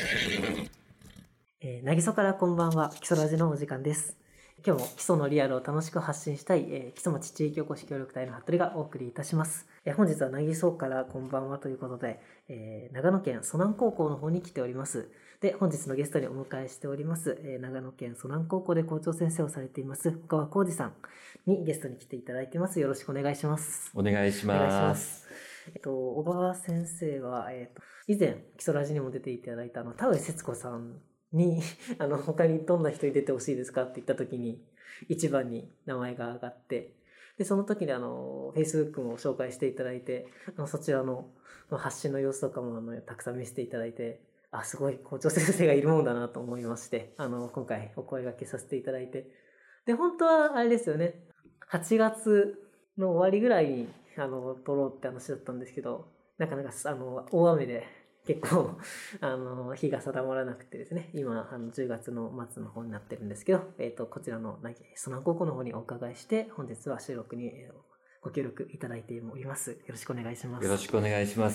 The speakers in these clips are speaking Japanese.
なぎそからこんばんは、基礎ラジのお時間です。今日も基礎のリアルを楽しく発信したい、基礎町地域おこし協力隊の服部がお送りいたします。本日はなぎそからこんばんはということで、長野県蘇南高校の方に来ております。で、本日のゲストにお迎えしております、長野県蘇南高校で校長先生をされています小川浩二さんにゲストに来ていただいています。よろしくお願いします。 お願いします。 小川先生は、以前基礎ラジにも出ていただいた田上節子さんに他にどんな人に出てほしいですかって言った時に一番に名前が挙がって、でその時にFacebook も紹介していただいて、そちらの発信の様子とかもたくさん見せていただいて、すごい校長先生がいるもんだなと思いまして、今回お声掛けさせていただいて、で本当はあれですよね、8月の終わりぐらいに撮ろうって話だったんですけど、なかなか大雨で結構日が定まらなくてですね、今10月の末の方になってるんですけど、こちらの蘇南高校の方にお伺いして、本日は収録にご協力いただいております。よろしくお願いします。 よろしくお願いします。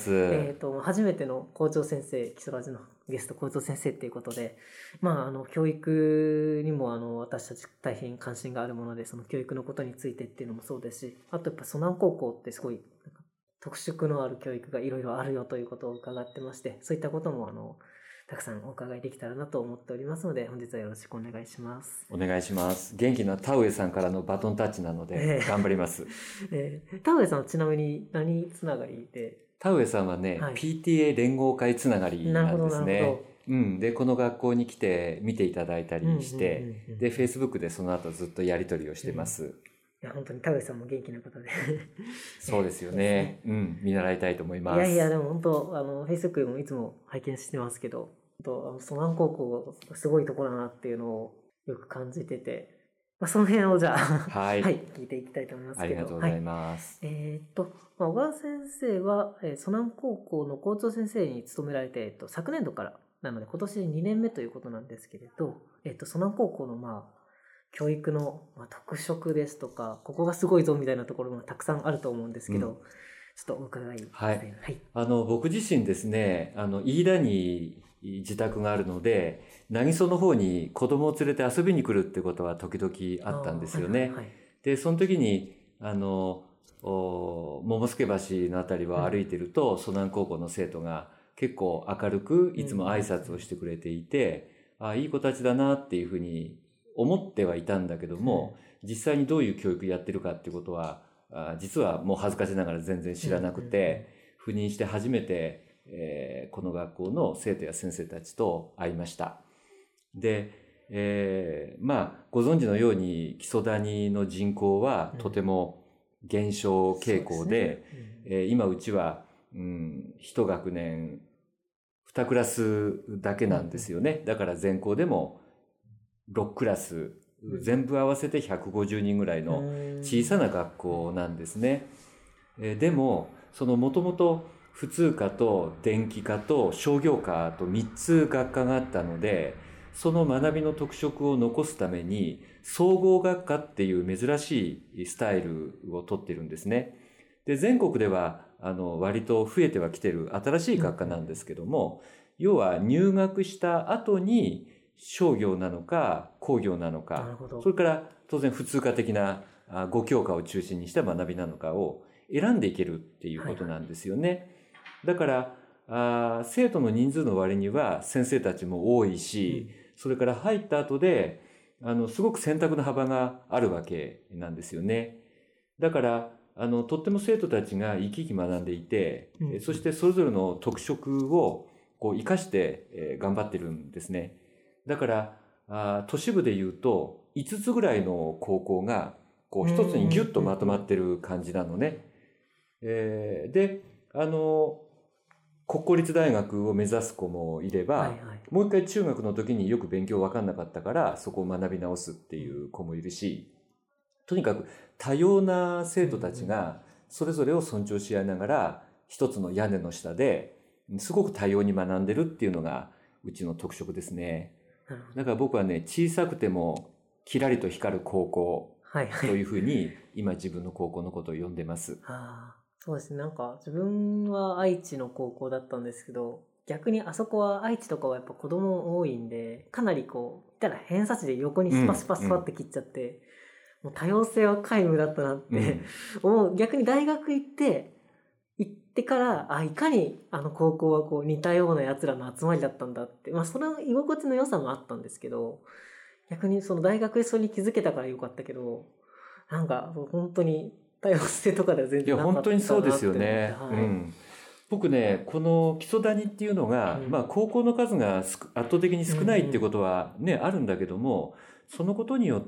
初めての校長先生、基礎ラジのゲスト校長先生っていうことで、教育にも私たち大変関心があるもので、その教育のことについてっていうのもそうですし、あとやっぱ蘇南高校ってすごい特色のある教育がいろいろあるよということを伺ってまして、そういったこともたくさんお伺いできたらなと思っておりますので、本日はよろしくお願いします。 お願いします。元気な田上さんからのバトンタッチなので頑張ります。 田上さんはちなみに何つながりで？ 田上さんはね、PTA 連合会つながりなんですね。でこの学校に来て見ていただいたりして、で Facebook でその後ずっとやり取りをしてます。 いや本当に田上さんも元気な方でそうですよね。見習いたいと思います。 いやでも本当Facebook もいつも拝見してますけど、蘇南高校すごいところだなっていうのをよく感じてて、その辺をじゃあ聞いていきたいと思いますけど。 ありがとうございます。 小川先生は蘇南高校の校長先生に務められて、昨年度からなので今年2年目ということなんですけれど、蘇南高校の教育の特色ですとか、ここがすごいぞみたいなところがたくさんあると思うんですけど、ちょっとお伺いですね。 僕自身ですね、飯田に自宅があるので、渚の方に子供を連れて遊びに来るってことは時々あったんですよね。で、その時に、桃助橋のあたりを歩いてると、蘇南高校の生徒が結構明るくいつも挨拶をしてくれていて、いい子たちだなっていうふうに思ってはいたんだけども、実際にどういう教育やってるかっていうことは、実はもう恥ずかしながら全然知らなくて、赴任して初めて、この学校の生徒や先生たちと会いました。で、ご存知のように木曽谷の人口はとても減少傾向で、今うちは、1学年2クラスだけなんですよね。だから全校でも6クラス全部合わせて150人ぐらいの小さな学校なんですね。でももともと普通科と電気科と商業科と3つ学科があったので、その学びの特色を残すために総合学科っていう珍しいスタイルをとってるんですね。で全国では割と増えてはきてる新しい学科なんですけども、要は入学した後に商業なのか工業なのか、それから当然普通科的な5教科を中心にした学びなのかを選んでいけるっていうことなんですよね。だから生徒の人数の割には先生たちも多いし、それから入った後ですごく選択の幅があるわけなんですよね。だからとっても生徒たちが生き生き学んでいて、そしてそれぞれの特色を生かして頑張ってるんですね。だから都市部でいうと5つぐらいの高校が一つにギュッとまとまってる感じなのね。で国公立大学を目指す子もいれば、もう一回中学の時によく勉強分かんなかったからそこを学び直すっていう子もいるし、とにかく多様な生徒たちがそれぞれを尊重し合いながら一つの屋根の下ですごく多様に学んでるっていうのがうちの特色ですね。だから僕はね、小さくてもキラリと光る高校というふうに今自分の高校のことを呼んでます。 そうですね。自分は愛知の高校だったんですけど、 逆にあそこは愛知とかはやっぱ子供多いんで、かなりこう、言ったら偏差値で横にスパスパスパって切っちゃって、もう多様性は皆無だったなって、思う。逆に大学行ってから、いかにあの高校はこう似たような奴らの集まりだったんだって、それは居心地の良さもあったんですけど、逆にその大学でそれに気づけたからよかったけど、なんか本当に多様性とかでは全然なかったなって。 いや本当にそうですよね。 はい僕ね、この基礎谷っていうのが、高校の数が圧倒的に少ないっていうことはね、あるんだけども、そのことによって、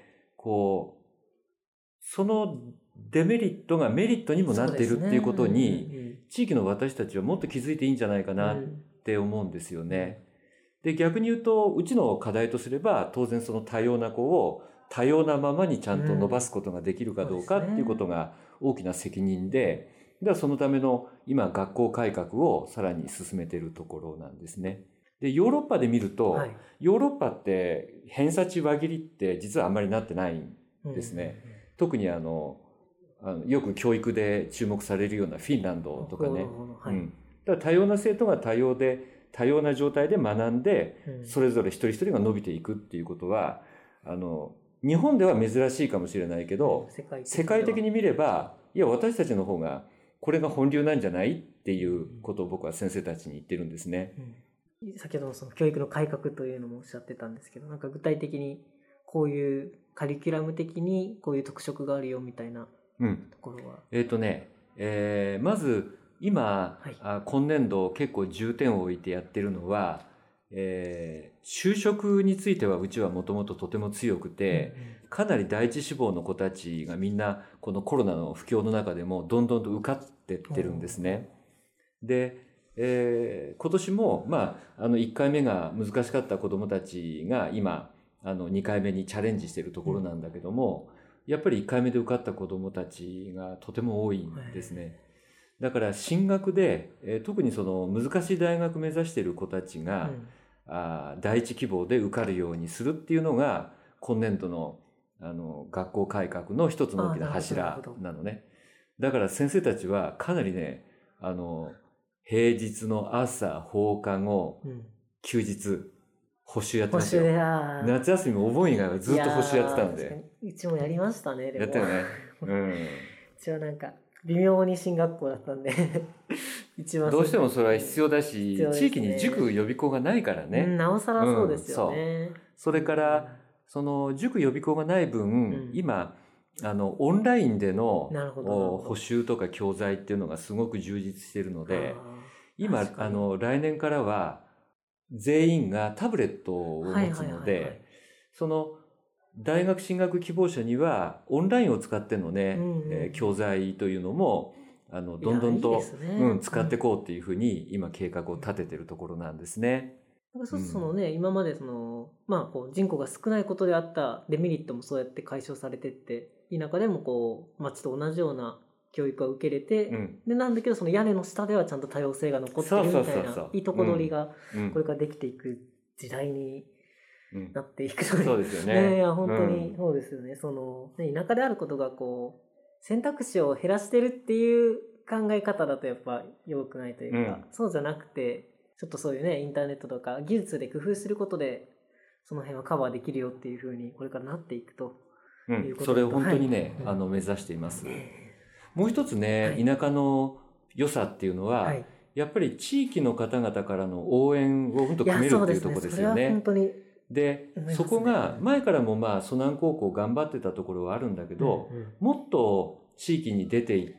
こう、そのデメリットがメリットにもなっているっていうことに、地域の私たちはもっと気づいていいんじゃないかなって思うんですよね。で、逆に言うと、うちの課題とすれば、当然その多様な子を多様なままにちゃんと伸ばすことができるかどうかっていうことが大きな責任で、ではそのための今学校改革をさらに進めているところなんですね。で、ヨーロッパで見ると、ヨーロッパって偏差値輪切りって実はあんまりなってないんですね。特によく教育で注目されるようなフィンランドとかね。だから多様な生徒が多様な状態で学んで、それぞれ一人一人が伸びていくっていうことは、日本では珍しいかもしれないけど、世界的に見れば、いや、私たちの方が、これが本流なんじゃないっていうことを僕は先生たちに言ってるんですね。 先ほどその教育の改革というのもおっしゃってたんですけど、なんか具体的にこういうカリキュラム的にこういう特色があるよみたいなところは。 まず今、今年度結構重点を置いてやってるのは、就職についてはうちはもともととても強くて、かなり第一志望の子たちがみんなこのコロナの不況の中でもどんどんと受かってってるんですね。で、今年も、1回目が難しかった子どもたちが今2回目にチャレンジしているところなんだけども、やっぱり1回目で受かった子どもたちがとても多いんですね。だから進学で、特にその難しい大学目指している子たちが、第一希望で受かるようにするっていうのが今年度の学校改革の一つの大きな柱なのね。だから先生たちはかなりね、平日の朝放課後、休日補習やってましたよ。夏休みもお盆以外はずっと補習やってたんで。 うちもやりましたね。でもやったよね。 うちはなんか微妙に進学校だったんで一番どうしてもそれは必要だし、地域に塾予備校がないからね。 なおさらそうですよね。 それからその塾予備校がない分、今オンラインでの補習とか教材っていうのがすごく充実しているので、今来年からは全員がタブレットを持つので、その大学進学希望者にはオンラインを使ってのね、教材というのもどんどんと使っていこうっていうふうに今計画を立ててるところなんですね。 そうそのね、今までそのこう人口が少ないことであったデメリットもそうやって解消されてって田舎でもこう町と同じような教育が受けれて、でなんだけどその屋根の下ではちゃんと多様性が残ってるみたいないいとこ取りがこれからできていく時代になっていくので、 そうですよね。 いや本当にそうですよね。その田舎であることがこう選択肢を減らしてるっていう考え方だとやっぱ良くないというか、そうじゃなくてちょっとそういうねインターネットとか技術で工夫することでその辺はカバーできるよっていう風にこれからなっていくということ、 それを本当にね、目指しています。もう一つね、田舎の良さっていうのは、やっぱり地域の方々からの応援を本当組めるっていうところですよね。で、そこが前からも蘇南高校頑張ってたところはあるんだけど、もっと地域に出ていって、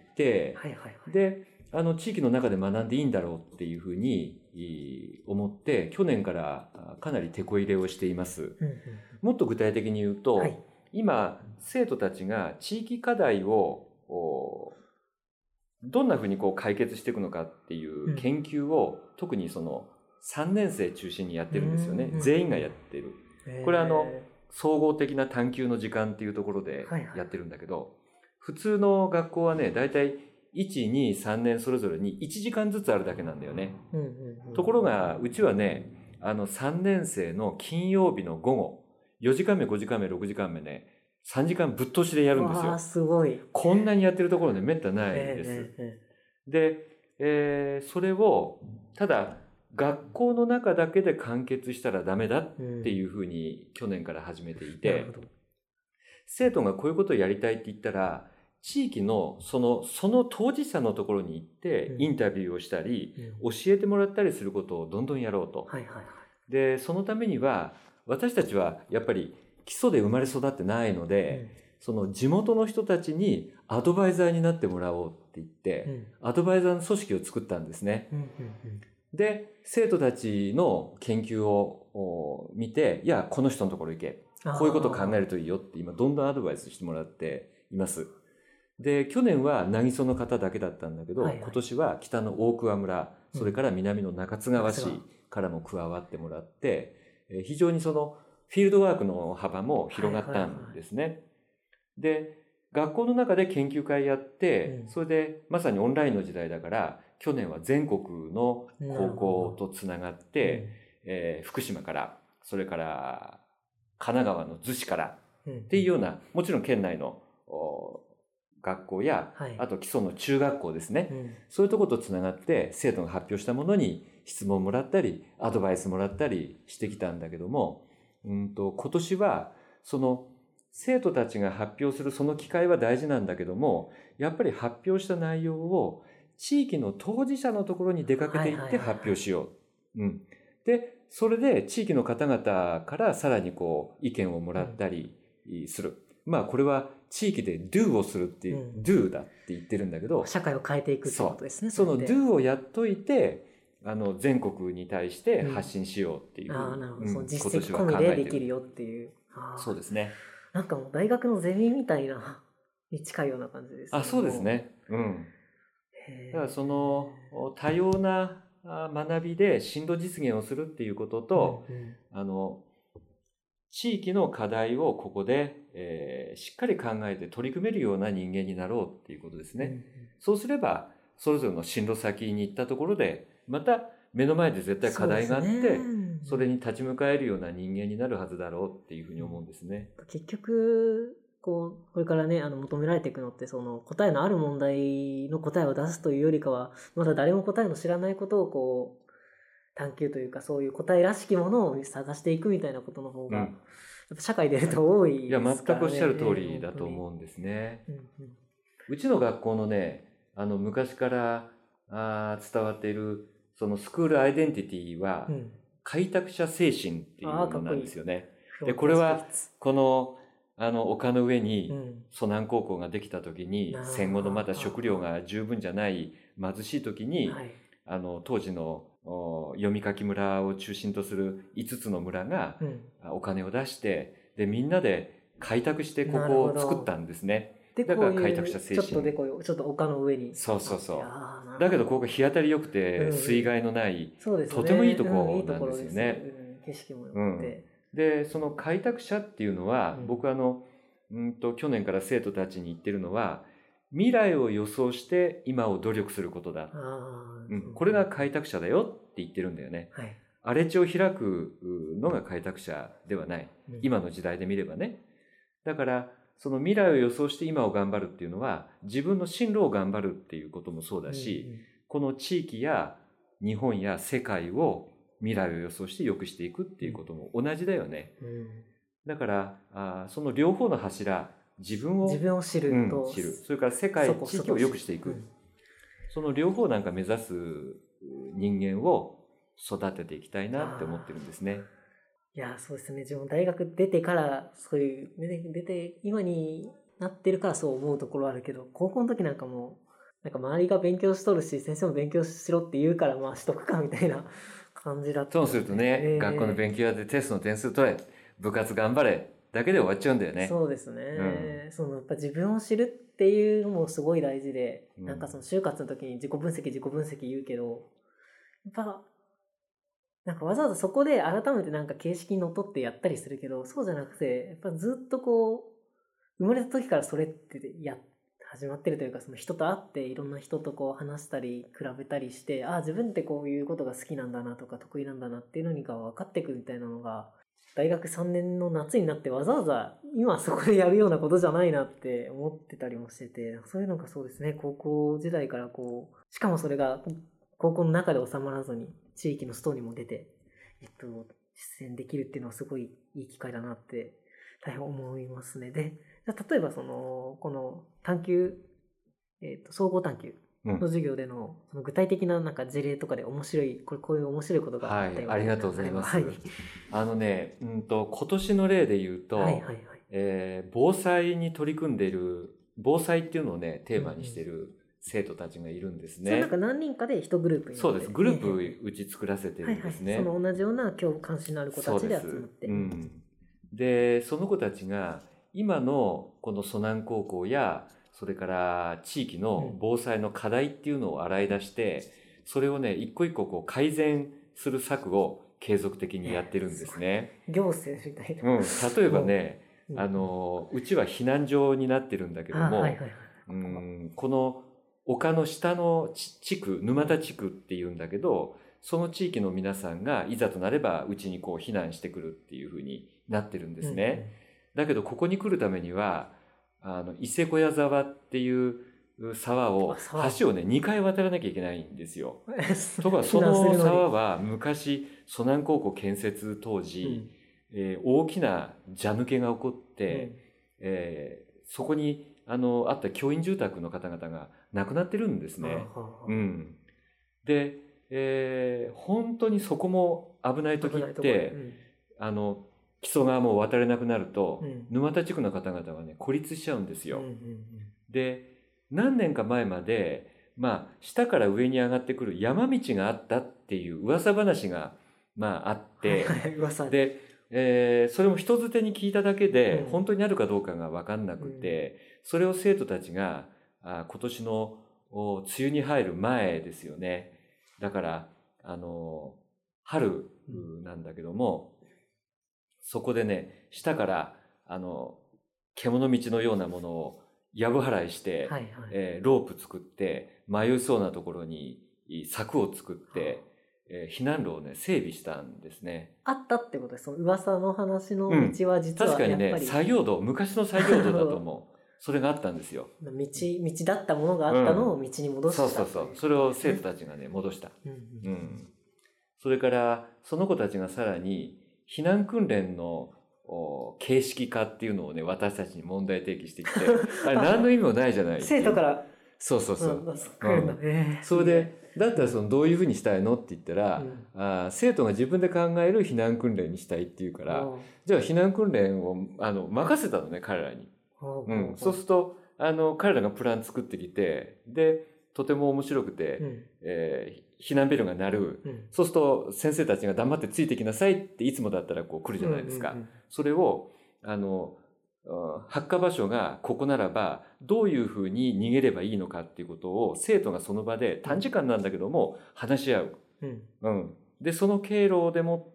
で、地域の中で学んでいいんだろうっていうふうに思って、去年からかなり手こ入れをしています。もっと具体的に言うと、今、生徒たちが地域課題をどんなふうにこう解決していくのかっていう研究を、特にその3年生中心にやってるんですよね。全員がやってる。これ総合的な探究の時間っていうところでやってるんだけど、普通の学校はね、だいたい1、2、3年それぞれに1時間ずつあるだけなんだよね。ところが、うちはね、3年生の金曜日の午後、4時間目、5時間目、6時間目ね、3時間ぶっ通しでやるんですよ。 すごい。 こんなにやってるところね、めったないです。で、それを、ただ、 学校の中だけで完結したらダメだっていうふうに去年から始めていて、生徒がこういうことをやりたいって言ったら、地域のその当事者のところに行ってインタビューをしたり、教えてもらったりすることをどんどんやろうと。で、そのためには私たちはやっぱり基礎で生まれ育ってないので、その地元の人たちにアドバイザーになってもらおうって言って、アドバイザーの組織を作ったんですね。で、生徒たちの研究を見て、いや、この人のところ行け。こういうことを考えるといいよって今どんどんアドバイスしてもらっています。で、去年は渚曽の方だけだったんだけど、今年は北の大桑村、それから南の中津川市からも加わってもらって、非常にそのフィールドワークの幅も広がったんですね。で、学校の中で研究会やって、それでまさにオンラインの時代だから、去年は全国の高校とつながって、福島から、それから神奈川の逗子からっていうような、もちろん県内の学校や、あと基礎の中学校ですね、そういうところとつながって生徒が発表したものに質問をもらったりアドバイスもらったりしてきたんだけども、今年はその生徒たちが発表するその機会は大事なんだけども、やっぱり発表した内容を地域の当事者のところに出かけていって発表しよう。で、それで地域の方々からさらにこう意見をもらったりする。まあこれは地域で do をするっていう、do だって言ってるんだけど、 社会を変えていくってことですね。 その do をやっといて、全国に対して発信しようっていう、 なるほど、その実績込みでできるよっていう。 そうですね。 なんかもう大学のゼミみたいなに近いような感じですね。 そうですね。だからその多様な学びで進路実現をするっていうことと、地域の課題をここで、しっかり考えて取り組めるような人間になろうっていうことですね。そうすればそれぞれの進路先に行ったところでまた目の前で絶対課題があって、それに立ち向かえるような人間になるはずだろうっていうふうに思うんですね。 結局これからね、求められていくのって、その答えのある問題の答えを出すというよりかは、まだ誰も答えの知らないことをこう探求というか、そういう答えらしきものを探していくみたいなことの方が、やっぱ社会でやると多いですからね。 いや、全くおっしゃる通りだと思うんですね。うちの学校のね、昔から伝わっているそのスクールアイデンティティは、開拓者精神っていうものなんですよね。で、これはこの丘の上に蘇南高校ができた時に、戦後のまだ食料が十分じゃない貧しい時に、当時の読み書き村を中心とする5つの村がお金を出して、でみんなで開拓してここを作ったんですね。だから開拓者精神。 ちょっと丘の上に。 そうそうそう。だけどここ日当たり良くて水害のない、とてもいいところなんですよね。 景色も良くて。 で、その開拓者っていうのは、僕去年から生徒たちに言ってるのは、未来を予想して今を努力することだ。これが開拓者だよって言ってるんだよね。荒れ地を開くのが開拓者ではない。今の時代で見ればね。だから、その未来を予想して今を頑張るっていうのは、自分の進路を頑張るっていうこともそうだし、この地域や日本や世界を未来を予想して良くしていくっていうことも同じだよね。だからその両方の柱、自分を知ると、 知る。それから世界、地域を良くしていく。その両方なんか目指す人間を育てていきたいなって思ってるんですね。 いや、そうですね。自分大学出てからそういう、出て今になってるからそう思うところあるけど、高校の時なんかもなんか周りが勉強しとるし、先生も勉強しろって言うからまあしとくかみたいな感じだった、 そうするとね、学校の勉強やってテストの点数取れ、部活頑張れだけで終わっちゃうんだよね。 そうですね。そのやっぱ自分を知るっていうのもすごい大事で、なんかその就活の時に自己分析言うけど、やっぱなんかわざわざそこで改めてなんか形式にのっとってやったりするけど、そうじゃなくて、やっぱずっとこう、生まれた時からそれって始まってるというか、その人と会っていろんな人とこう話したり比べたりして、自分ってこういうことが好きなんだなとか得意なんだなっていうのが分かってくるみたいなのが、大学3年の夏になってわざわざ今そこでやるようなことじゃないなって思ってたりもしてて、そういうのがそうですね、高校時代からこう、しかもそれが高校の中で収まらずに地域の外にも出て、実践できるっていうのはすごいいい機会だなって大変思いますね。で、じゃあ例えばこの探究、総合探究の授業での、その具体的ななんか事例とかで面白い、こういう面白いことがあったような、 ありがとうございます。 はい、 今年の例で言うと、防災に取り組んでいる、防災っていうのをね、テーマにしている生徒たちがいるんですね。 それなんか何人かで一グループになって、 そうです。グループうち作らせてるんですね。 その同じような興味関心のある子たちで集まって。 で、その子たちが今のこの蘇南高校や、それから地域の防災の課題っていうのを洗い出して、それをね、一個一個こう改善する策を継続的にやってるんですね。 行政みたいな。 例えばね、うちは避難所になってるんだけども、この丘の下の地区、沼田地区っていうんだけど、その地域の皆さんがいざとなればうちにこう避難してくるっていうふうになってるんですね。だけどここに来るためには、伊勢小屋沢っていう沢を、橋をね、2回渡らなきゃいけないんですよ。とか、その沢は昔、蘇南高校建設当時、大きな蛇抜けが起こって、そこにあった教員住宅の方々が亡くなってるんですね。で、本当にそこも危ない時って、木曽川も渡れなくなると、沼田地区の方々はね、孤立しちゃうんですよ。で、何年か前まで、下から上に上がってくる山道があったっていう噂話が、あって、で、それも人づてに聞いただけで、本当にあるかどうかが分かんなくて、それを生徒たちが、今年の梅雨に入る前ですよね。だから、春なんだけども、そこでね、下から、獣道のようなものをやぶ払いして、ロープ作って、迷いそうなところに柵を作って、避難路をね、整備したんですね。 あったってことです。その噂の話の道は実は確かにね、昔の作業道だと思う。それがあったんですよ。 道だったものがあったのを道に戻した。 そう。それを生徒たちがね、戻した。それから、その子たちがさらに、避難訓練の形式化っていうのをね、私たちに問題提起してきて、あれ何の意味もないじゃない。 生徒から。 そう。それで、だったらどういうふうにしたいのって言ったら、生徒が自分で考える避難訓練にしたいっていうから、じゃあ避難訓練を任せたのね、彼らに。そうすると、彼らがプラン作ってきて、で、とても面白くて、避難ベルが鳴る。そうすると先生たちが黙ってついてきなさいっていつもだったらこう来るじゃないですか。それを、発火場所がここならばどういうふうに逃げればいいのかっていうことを生徒がその場で短時間なんだけども話し合う。で、その経路でもって、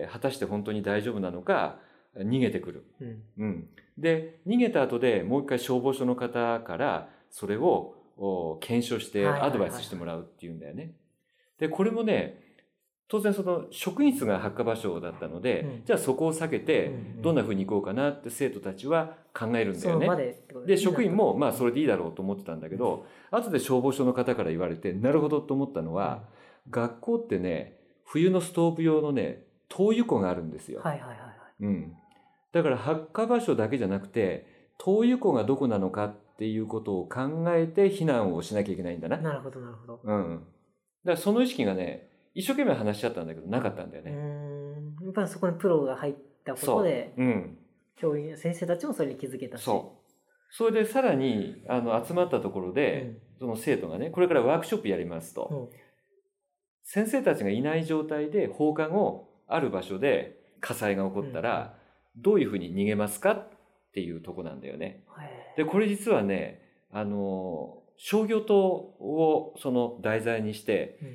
果たして本当に大丈夫なのか逃げてくる。で、逃げた後でもう一回消防署の方からそれを検証してアドバイスしてもらうっていうんだよね。で、これもね、当然その職員室が発火場所だったので、じゃあそこを避けてどんな風に行こうかなって生徒たちは考えるんだよね。で、職員もそれでいいだろうと思ってたんだけど、後で消防署の方から言われて、なるほどと思ったのは、学校ってね、冬のストーブ用のね、灯油庫があるんですよ。だから発火場所だけじゃなくて、灯油庫がどこなのかっていうことを考えて避難をしなきゃいけないんだな。 なるほど。だからその意識がね、一生懸命話し合ったんだけどなかったんだよね。 やっぱりそこにプロが入ったことで、教員先生たちもそれに気づけたし。 それでさらに集まったところで、その生徒がね、これからワークショップやりますと、先生たちがいない状態で放課後ある場所で火災が起こったら、どういうふうに逃げますかっていうとこなんだよね。で、これ実はね、商業棟をその題材にして、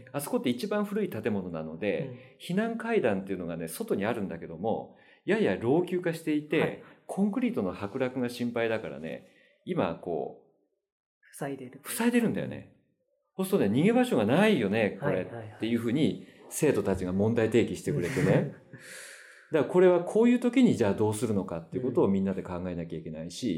あそこって一番古い建物なので、避難階段っていうのがね、外にあるんだけども、やや老朽化していて、コンクリートの剥落が心配だからね、今こう、塞いでるんだよね。そうするとね、逃げ場所がないよね、これっていうふうに生徒たちが問題提起してくれてね。だからこれはこういう時にじゃあどうするのかっていうことをみんなで考えなきゃいけないし、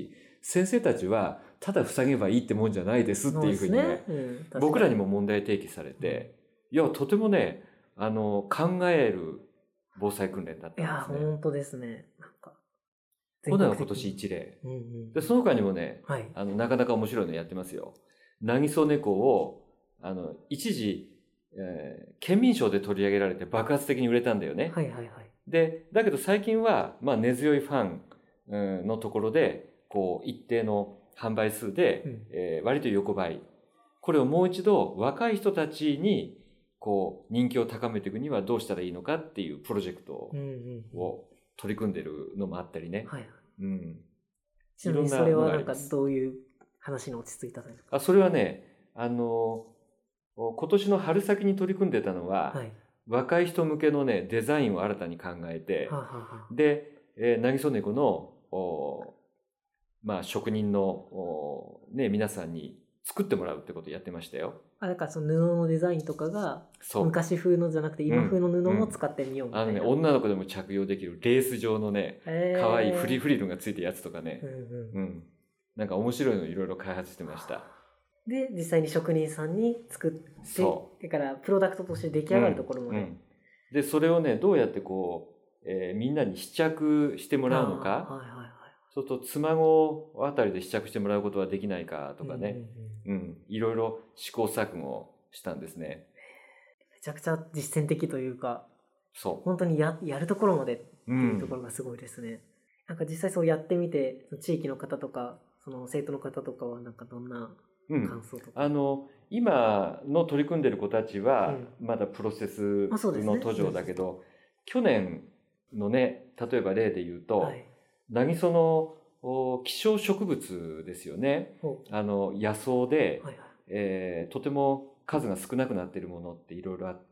先生たちはただ塞げばいいってもんじゃないですっていうふうにね、僕らにも問題提起されて、いや、とてもね、考える防災訓練だったんですね。 いや、本当ですね。 こんなの今年一例。で、その他にもね、なかなか面白いのやってますよ。なぎそ猫を、一時、県民賞で取り上げられて爆発的に売れたんだよね。で、だけど最近は、まあ、根強いファンのところで、こう、一定の販売数で、割と横ばい。これをもう一度若い人たちに、こう、人気を高めていくにはどうしたらいいのかっていうプロジェクトを取り組んでるのもあったりね。 ちなみにそれはなんかどういう話に落ち着いたんですか？ それはね、今年の春先に取り組んでたのは、若い人向けのね、デザインを新たに考えて、で、なぎそ猫の、まあ、職人の、ね、皆さんに作ってもらうってことをやってましたよ。 だからその布のデザインとかが、昔風のじゃなくて今風の布も使ってみようみたいな。 女の子でも着用できるレース状のね、可愛いフリフリルがついたやつとかね、なんか面白いのいろいろ開発してました。 で、実際に職人さんに作って、だからプロダクトとして出来上がるところまで。 で、それをね、どうやってこう、みんなに試着してもらうのか、そうすると妻籠あたりで試着してもらうことはできないかとかね、いろいろ試行錯誤したんですね。 めちゃくちゃ実践的というか、本当にやるところまでっていうところがすごいですね。なんか実際そうやってみて、地域の方とか、その生徒の方とかはなんかどんな感想とか、 今の取り組んでる子たちはまだプロセスの途上だけど、去年のね、例えば例で言うと、なぎその希少植物ですよね。野草で、とても数が少なくなっているものっていろいろあって、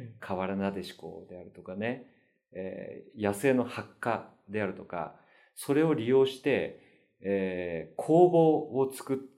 河原なでしこであるとかね、野生のハッカであるとか、それを利用して、工房を作って、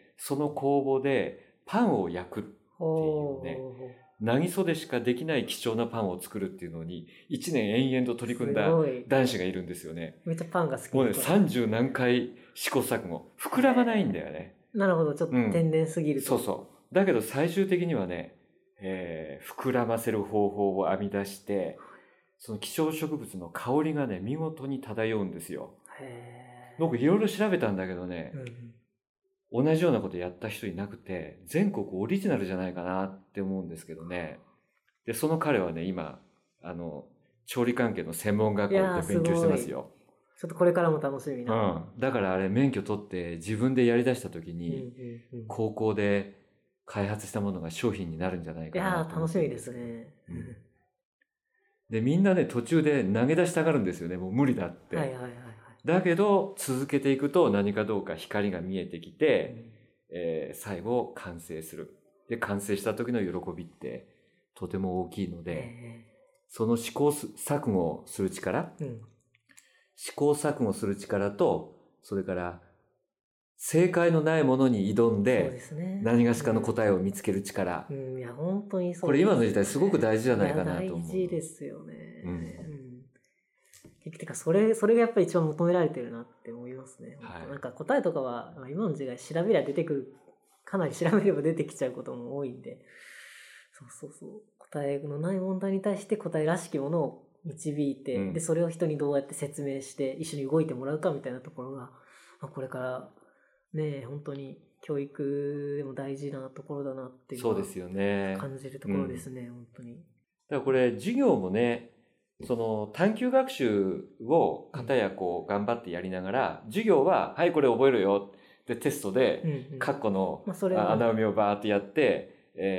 その工房でパンを焼くっていうね、なぎそでしかできない貴重なパンを作るっていうのに、1年延々と取り組んだ男子がいるんですよね。 めっちゃパンが好き。 もうね、30何回試行錯誤。膨らまないんだよね。 なるほど、ちょっと天然すぎると。 そうそう。だけど最終的にはね、膨らませる方法を編み出して、その希少植物の香りがね、見事に漂うんですよ。僕いろいろ調べたんだけどね、同じようなことやった人いなくて、全国オリジナルじゃないかなって思うんですけどね。で、その彼はね、今、調理関係の専門学校で勉強してますよ。 ちょっとこれからも楽しみな。 だからあれ、免許取って自分でやり出した時に、高校で開発したものが商品になるんじゃないかなと思って。 楽しみですね。 で、みんなね、途中で投げ出したがるんですよね。もう無理だって。だけど、続けていくと何かどうか光が見えてきて、最後完成する。で、完成した時の喜びってとても大きいので、その試行錯誤する力、試行錯誤する力と、それから正解のないものに挑んで、何がしかの答えを見つける力。 いや、本当にそう。 これ今の時代すごく大事じゃないかなと思う。 大事ですよね。てかそれがやっぱり一番求められてるなって思いますね。なんか答えとかは今の時代調べりゃ出てくる、かなり調べれば出てきちゃうことも多いんで、答えのない問題に対して答えらしきものを導いて、でそれを人にどうやって説明して一緒に動いてもらうかみたいなところが、これからね、本当に教育でも大事なところだなっていうのは感じるところですね、本当に。 だからこれ授業もね、その探究学習を片やこう頑張ってやりながら、授業ははいこれ覚えるよでテストで括弧の穴埋めをバーってやって、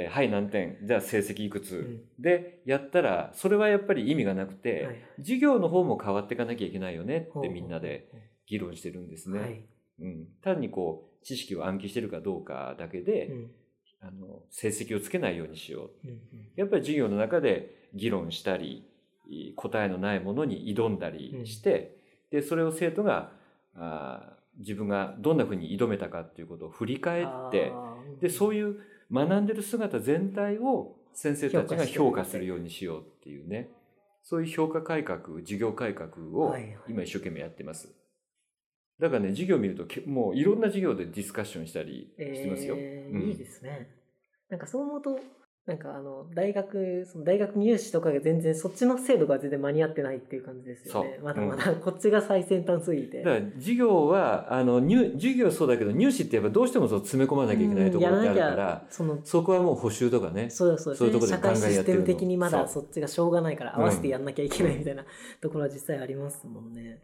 はい何点じゃあ成績いくつ、でやったらそれはやっぱり意味がなくて、授業の方も変わっていかなきゃいけないよねってみんなで議論してるんですね。単にこう知識を暗記してるかどうかだけで、成績をつけないようにしよう。やっぱり授業の中で議論したり、答えのないものに挑んだりして、でそれを生徒が自分がどんなふうに挑めたかっていうことを振り返って、でそういう学んでる姿全体を先生たちが評価するようにしようっていうね、そういう評価改革、授業改革を今一生懸命やってます。 だからね、授業見るともういろんな授業でディスカッションしたりしてますよ。 いいですね。なんかそう思うと、なんか大学入試とかが全然そっちの制度が全然間に合ってないっていう感じですよね。まだまだこっちが最先端すぎて。 だから授業は授業はそうだけど、入試ってやっぱどうしてもそう詰め込まなきゃいけないところってあるから、そこはもう補習とかね、 そういうところで考えやってるの。 社会システム的にまだそっちがしょうがないから合わせてやんなきゃいけないみたいなところは実際ありますもんね。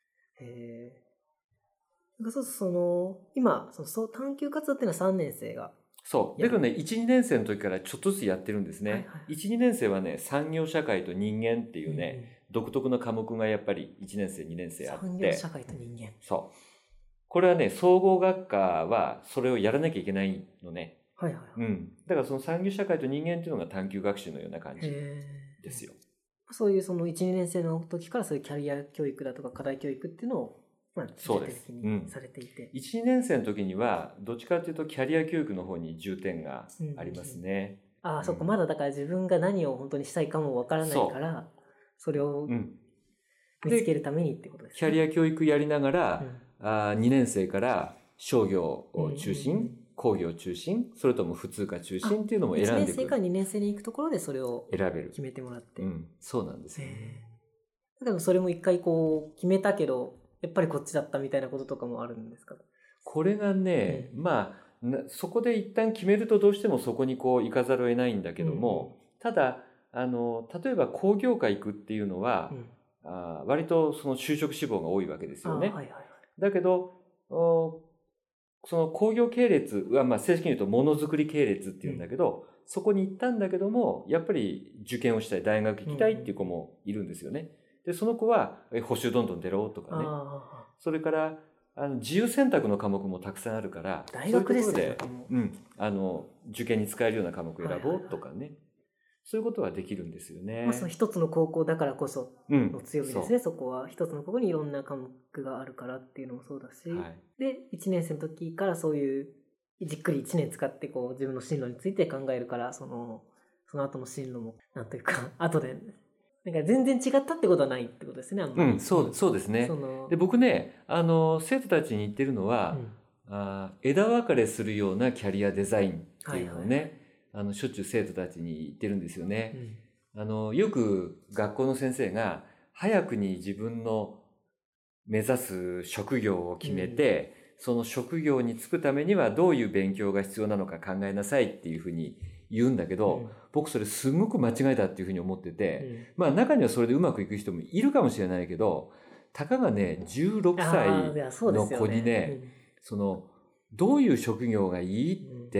なんか今探究活動っていうのは3年生が。 そうだけどね、1、2年生の時からちょっとずつやってるんですね。1、2年生はね、産業社会と人間っていうね、独特の科目がやっぱり1年生2年生あって、 産業社会と人間。 そうこれはね、総合学科はそれをやらなきゃいけないのね。だからその産業社会と人間っていうのが探究学習のような感じですよ。 そういうその1、2年生の時からそういうキャリア教育だとか課題教育っていうのをそうです。 されていて、 1、2年生の時にはどっちかというとキャリア教育の方に重点がありますね。 そっか、まだだから自分が何を本当にしたいかもわからないから、それを見つけるためにってことですね。 キャリア教育やりながら、2年生から商業を中心、工業中心、それとも普通科中心っていうのも選んでいく。1 年生から2年生に行くところでそれを選べる、 決めてもらって。 そうなんですよ。 でもそれも一回こう決めたけど、やっぱりこっちだったみたいなこととかもあるんですか？ これがね、そこで一旦決めるとどうしてもそこにこう行かざるを得ないんだけども、ただ例えば工業界行くっていうのは、割とその就職志望が多いわけですよね。だけどその工業系列は、正式に言うとものづくり系列っていうんだけど、そこに行ったんだけども、やっぱり受験をしたい、大学行きたいっていう子もいるんですよね。でその子は補習どんどん出ろとかね、それから自由選択の科目もたくさんあるから、 大学ですね、 受験に使えるような科目を選ぼうとかね、そういうことはできるんですよね。 その一つの高校だからこその強みですね。そこは一つの高校にいろんな科目があるからっていうのもそうだし、で1年生の時からそういうじっくり1年使ってこう自分の進路について考えるから、その後の進路もなんというか後でなんか全然違ったってことはないってことですね。 そうですね。で僕ね、生徒たちに言ってるのは、枝分かれするようなキャリアデザインっていうのをね、しょっちゅう生徒たちに言ってるんですよね。よく学校の先生が早くに自分の目指す職業を決めて、その職業に就くためにはどういう勉強が必要なのか考えなさいっていうふうに言うんだけど、僕それすごく間違いだっていうふうに思ってて、中にはそれでうまくいく人もいるかもしれないけど、たかがね16歳の子にね、どういう職業がいいって、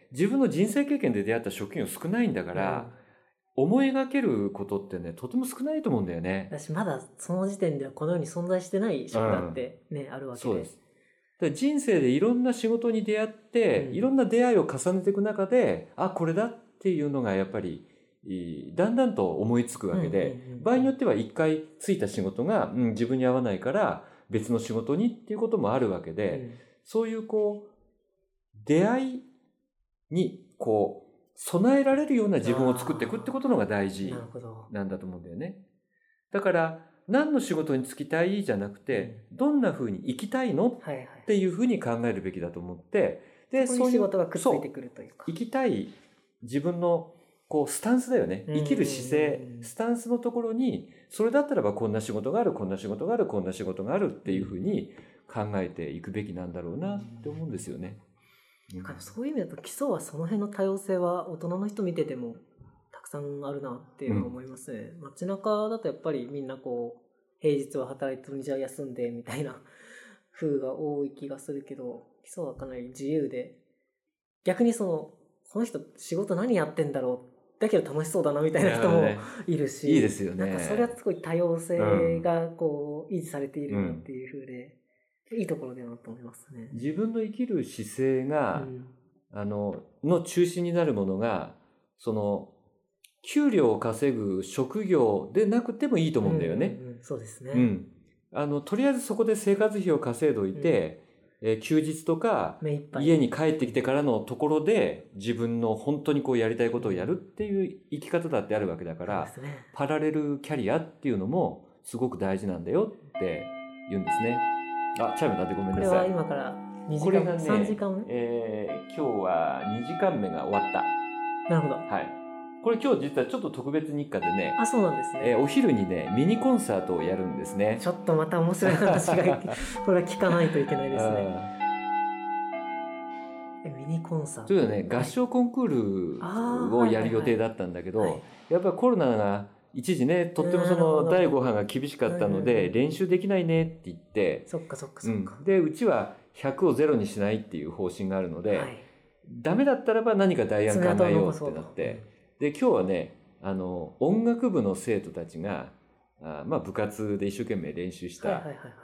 自分の人生経験で出会った職業少ないんだから、思い描けることってねとても少ないと思うんだよね。 私まだその時点ではこの世に存在してない職だってあるわけで。 そうです。人生でいろんな仕事に出会って、いろんな出会いを重ねていく中で、これだっていうのがやっぱりだんだんと思いつくわけで、場合によっては一回ついた仕事が、自分に合わないから別の仕事にっていうこともあるわけで、そういう出会いに備えられるような自分を作っていくってことのが大事なんだと思うんだよね。だから何の仕事に就きたいじゃなくて、どんな風に生きたいのっていう風に考えるべきだと思って、 でそういう仕事がくっついてくるというか、 生きたい自分のスタンスだよね。生きる姿勢、スタンスのところに、それだったらばこんな仕事がある、こんな仕事がある、こんな仕事があるっていう風に考えていくべきなんだろうなって思うんですよね。 そういう意味だと基礎はその辺の多様性は大人の人見ててもたくさんあるなっていうのを思いますね。街中だとやっぱりみんな平日は働いて土日は休んでみたいな風が多い気がするけど、基礎はかなり自由で、逆にこの人仕事何やってんだろう、だけど楽しそうだなみたいな人もいるし、 いいですよね。 なんかそれはすごい多様性が維持されているなっていう風で、いいところだなと思いますね。 自分の生きる姿勢が、の中心になるものが、給料を稼ぐ職業でなくてもいいと思うんだよね。 そうですね。 とりあえずそこで生活費を稼いでおいて、休日とか家に帰ってきてからのところで自分の本当にやりたいことをやるっていう生き方だってあるわけだから、パラレルキャリアっていうのもすごく大事なんだよって言うんですね。 あ、チャイム鳴ってごめんこれはなさい。 今から2時間、 これがね、 3時間今日は2時間目が終わった。 なるほど。 はい。これ今日実はちょっと特別日課でね、 あ、そうなんですね。 お昼にね、ミニコンサートをやるんですね。 ちょっとまた面白い話がこれは聞かないといけないですね。ミニコンサート。 というのはね、合唱コンクールをやる予定だったんだけど、やっぱりコロナが一時ね、とってもその第5波が厳しかったので、練習できないねって言って、 そっかそっかそっか。 で、うちは100をゼロにしないっていう方針があるので、ダメだったらば何か代案考えようってなって、で、今日はね、音楽部の生徒たちが、部活で一生懸命練習した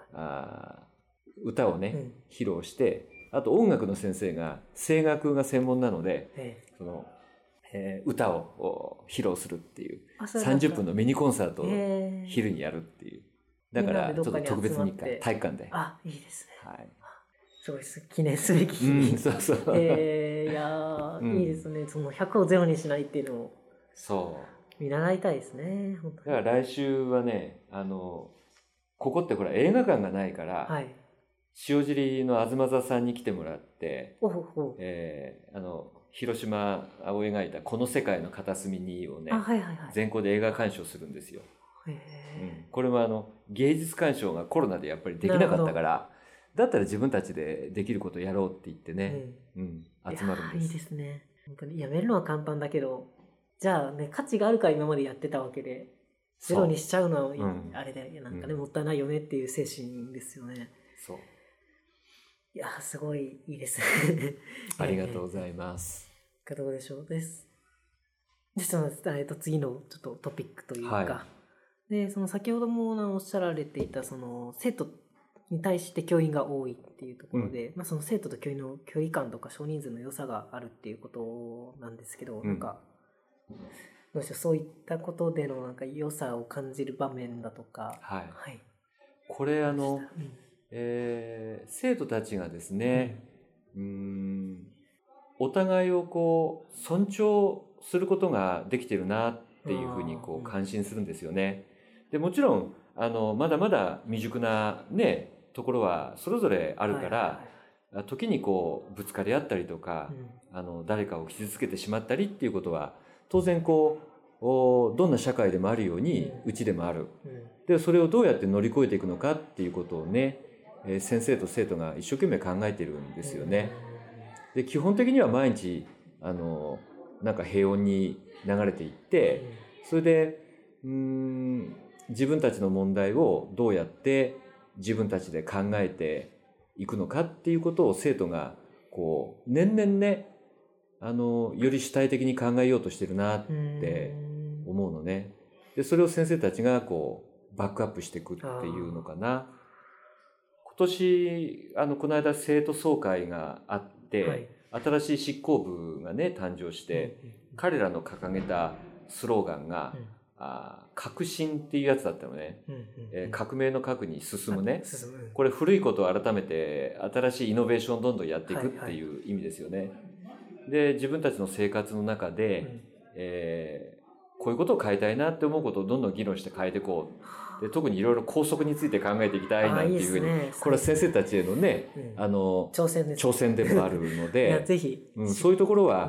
歌をね、披露して、あと音楽の先生が声楽が専門なので、その歌を披露するっていう30分のミニコンサートを昼にやるっていう。だからちょっと特別日課、体育館で。 あ、いいですね。 はい。 すごい記念すべき日に。 そうそう。 いやいいですね。その100をゼロにしないっていうのを。 そう。 見習いたいですね。 だから来週はね、ここってほら映画館がないから、塩尻の東座さんに来てもらって、広島を描いたこの世界の片隅にをね、全校で映画鑑賞するんですよ。これも芸術鑑賞がコロナでやっぱりできなかったから、だったら自分たちでできることをやろうって言ってね、集まるんです。 いいですね。本当にやめるのは簡単だけど、じゃあね、価値があるから今までやってたわけで、ゼロにしちゃうのはあれで、なんかね、もったいないよねっていう精神ですよね。 そう。 いや、すごいいいですね。 ありがとうございます。 どうでしょうです。で、その、次のちょっとトピックというか、で、その先ほどもおっしゃられていた、その、生徒に対して教員が多いっていうところで、その生徒と教員の距離感とか少人数の良さがあるっていうことなんですけど、なんか、どうでしょう、そういったことでのなんか良さを感じる場面だとか。 これ生徒たちがですね、お互いをこう尊重することができてるなっていうふうにこう感心するんですよね。でもちろんまだまだ未熟なねところはそれぞれあるから、時にこうぶつかり合ったりとか、誰かを傷つけてしまったりっていうことは当然こうどんな社会でもあるようにうちでもある。でそれをどうやって乗り越えていくのかっていうことをね、先生と生徒が一生懸命考えてるんですよね。で基本的には毎日なんか平穏に流れていって、それで自分たちの問題をどうやって自分たちで考えていくのかっていうことを生徒がこう年々ねより主体的に考えようとしてるなって思うのね。でそれを先生たちがこうバックアップしていくっていうのかな。今年この間生徒総会があって、新しい執行部がね誕生して、彼らの掲げたスローガンが、革新っていうやつだったのね。革命の革に進むね。これ古いことを改めて新しいイノベーションをどんどんやっていくっていう意味ですよね。で自分たちの生活の中で、こういうことを変えたいなって思うことをどんどん議論して変えていこう。で特にいろいろ校則について考えていきたいなんていうふうに、これは先生たちへのね、挑戦でもあるのでぜひ、 そういうところは、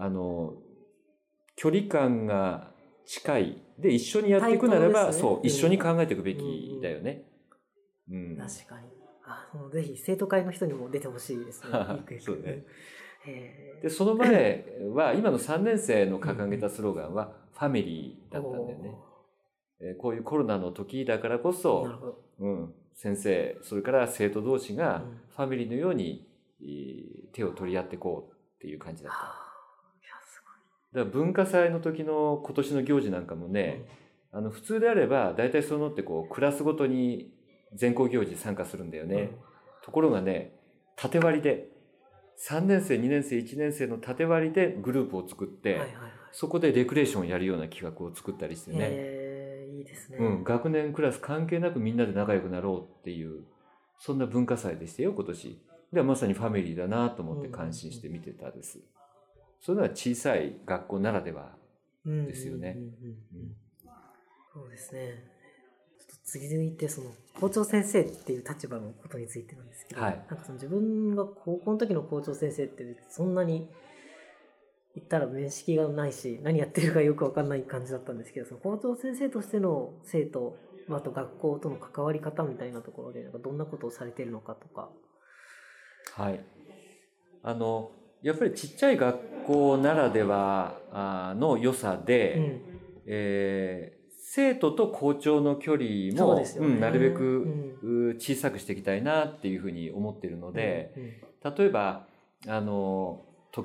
距離感が近いで一緒にやっていくならば、そう一緒に考えていくべきだよね。 確かに。ぜひ生徒会の人にも出てほしいですね。 そうね。でその前は今の3年生の掲げたスローガンはファミリーだったんだよね。こういうコロナの時だからこそ、先生それから生徒同士がファミリーのように手を取り合っていこうっていう感じだった。だから文化祭の時の今年の行事なんかもね、普通であれば大体そういうのってこうクラスごとに全校行事参加するんだよね。ところがね、縦割りで3年生2年生1年生の縦割りでグループを作って、そこでレクレーションをやるような企画を作ったりしてね。 いいですね。 学年クラス関係なくみんなで仲良くなろうっていうそんな文化祭でしたよ今年。ではまさにファミリーだなと思って感心して見てたです。それは小さい学校ならではですよね。 そうですね。ちょっと続いてその校長先生っていう立場のことについてなんですけど、 はい、 なんかその自分が高校の時の校長先生ってそんなに言ったら面識がないし何やってるかよく分かんない感じだったんですけど、その校長先生としての生徒、あと学校との関わり方みたいなところでなんかどんなことをされているのかとか。 はい、やっぱりちっちゃい学校ならではの良さで、生徒と校長の距離も、なるべく小さくしていきたいなっていうふうに思っているので、例えば時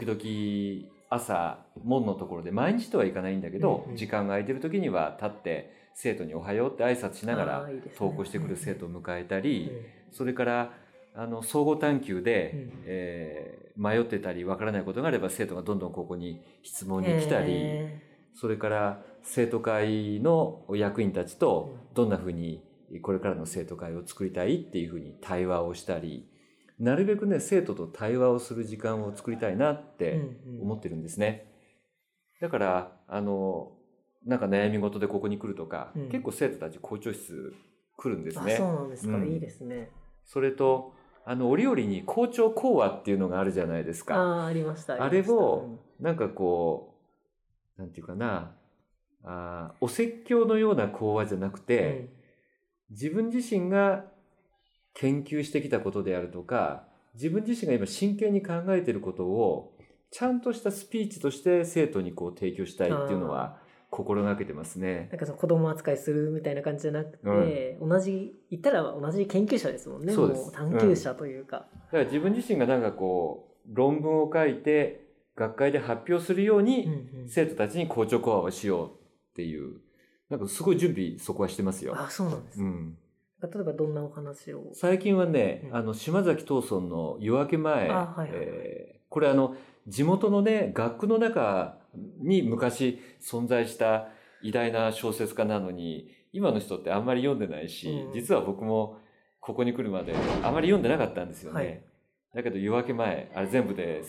々朝門のところで毎日とはいかないんだけど、時間が空いてる時には立って生徒におはようって挨拶しながら登校してくる生徒を迎えたり、それから総合探究で、迷ってたりわからないことがあれば生徒がどんどんここに質問に来たり、それから生徒会の役員たちとどんなふうにこれからの生徒会を作りたいっていうふうに対話をしたり、なるべくね生徒と対話をする時間を作りたいなって思ってるんですね。だからなんか悩み事でここに来るとか、結構生徒たち校長室来るんですね。 そうなんですか、いいですね。 それと折々に校長講話っていうのがあるじゃないですか。 ありました。 あれをなんかこうなんていうかな、お説教のような講話じゃなくて、自分自身が研究してきたことであるとか、自分自身が今真剣に考えていることをちゃんとしたスピーチとして生徒にこう提供したいっていうのは心がけてますね。 なんかその子供扱いするみたいな感じじゃなくて、言ったら同じ研究者ですもんね。 そうです。 もう探究者というか。 だから自分自身がなんかこう論文を書いて学会で発表するように生徒たちに校長講話をしようっていう、なんかすごい準備そこはしてますよ。 そうなんです。例えばどんなお話を。 最近はね、島崎藤村の夜明け前、これ地元のね学区の中に昔存在した偉大な小説家なのに、今の人ってあんまり読んでないし、実は僕もここに来るまであまり読んでなかったんですよね。だけど夜明け前、あれ全部で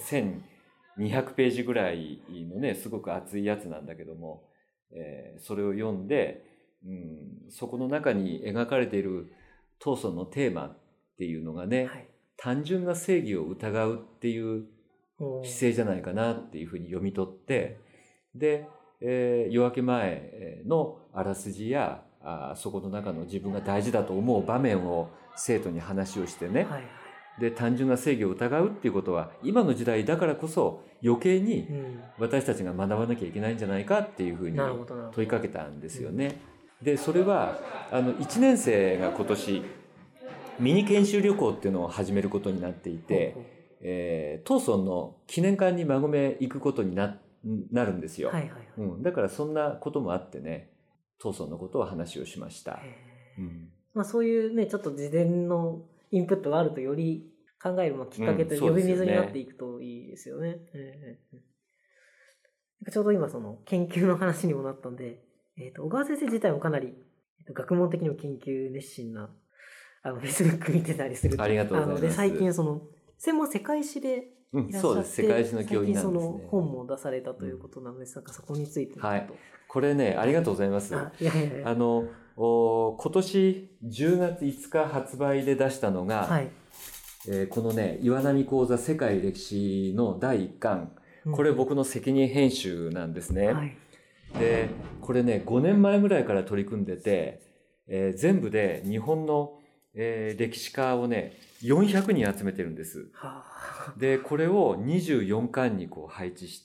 1200ページぐらいのねすごく厚いやつなんだけども、それを読んで、そこの中に描かれている藤村のテーマっていうのがね、単純な正義を疑うっていう姿勢じゃないかなっていうふうに読み取って、で、夜明け前のあらすじやそこの中の自分が大事だと思う場面を生徒に話をしてね、で単純な正義を疑うっていうことは今の時代だからこそ余計に私たちが学ばなきゃいけないんじゃないかっていうふうに問いかけたんですよね。でそれは1年生が今年ミニ研修旅行っていうのを始めることになっていて、藤村の記念館に馬込行くことになるんですよ。だからそんなこともあってね、藤村のことを話をしました。 そういうねちょっと事前のインプットがあるとより考えるきっかけと呼び水になっていくといいですよね。ちょうど今その研究の話にもなったんで、小川先生自体もかなり学問的にも研究熱心なFacebook 見てたりする。 ありがとうございます。 で最近専門世界史でいらっしゃって、 そうです、世界史の教員なんですね。 最近本も出されたということなので、なんかそこについてちょっと。 これね、ありがとうございます。今年10月5日発売で出したのが、このね、岩波講座世界歴史の第1巻、これ僕の責任編集なんですね。で、これね、5年前ぐらいから取り組んでて、全部で日本の、歴史家をね、400人集めてるんです。で、これを24巻にこう配置して、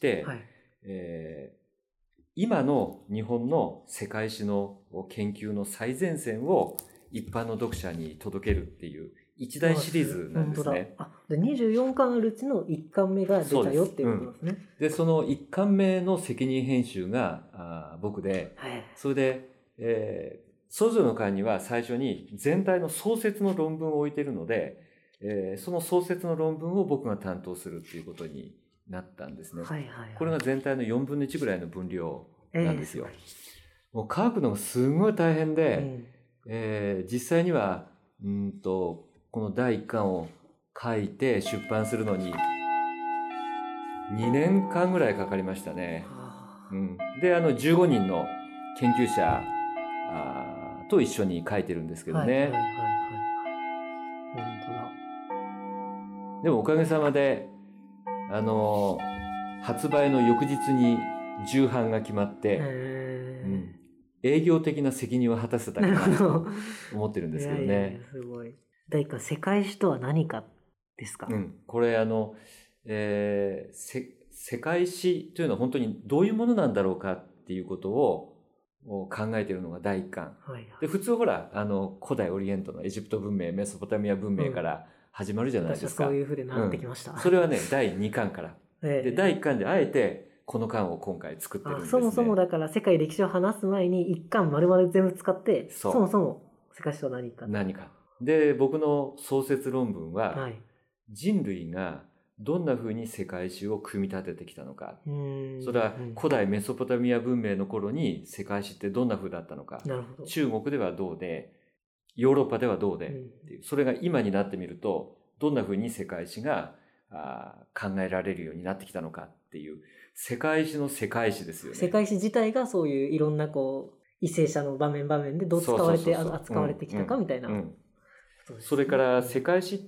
今の日本の世界史の研究の最前線を一般の読者に届けるっていう一大シリーズなんですね。 で24巻あるうちの1巻目が出たよっていうことですね。 でその1巻目の責任編集が僕で、それで、それぞれの巻には最初に全体の創設の論文を置いているので、その創設の論文を僕が担当するっていうことになったんですね。これが全体の4分の1ぐらいの分量なんですよ。もう書くのがすごい大変で、実際にはこの第1巻を書いて出版するのに2年間ぐらいかかりましたね。で15人の研究者と一緒に書いてるんですけどはいはいはいね。 はい。本でもおかげさまで、発売の翌日に重版が決まっ当だ。 て、営業的な責任を果たせたかなるなとほど。 思ってるんですけどいやいやいねや。すごい。第1巻、世界史とは何かですか？ これ世界史というのは本当にどういうものなんだろうかっていうことを考えているのが第1巻。 はいはい。 で、普通ほら、古代オリエントのエジプト文明、メソポタミア文明から始まるじゃないですか。 私はそういうふうになってきました。 それはね、第2巻から。 ええで、第1巻であえて、この巻を今回作ってるんですね。 そもそもだから世界歴史を話す前に一巻丸々全部使って、 そうそもそも世界史とは何か。 何か。で、僕の創設論文は、 はい。 人類がどんな風に世界史を組み立ててきたのか。それは古代メソポタミア文明の頃に世界史ってどんな風だったのか。 なるほど。 中国ではどうで、ヨーロッパではどうで、っていう。それが今になってみると、どんな風に世界史が考えられるようになってきたのかっていう、世界史の世界史ですよね。 世界史自体がそういういろんなこう、為政者の場面でどう使われて、扱われてきたかみたいな。 それから世界史って、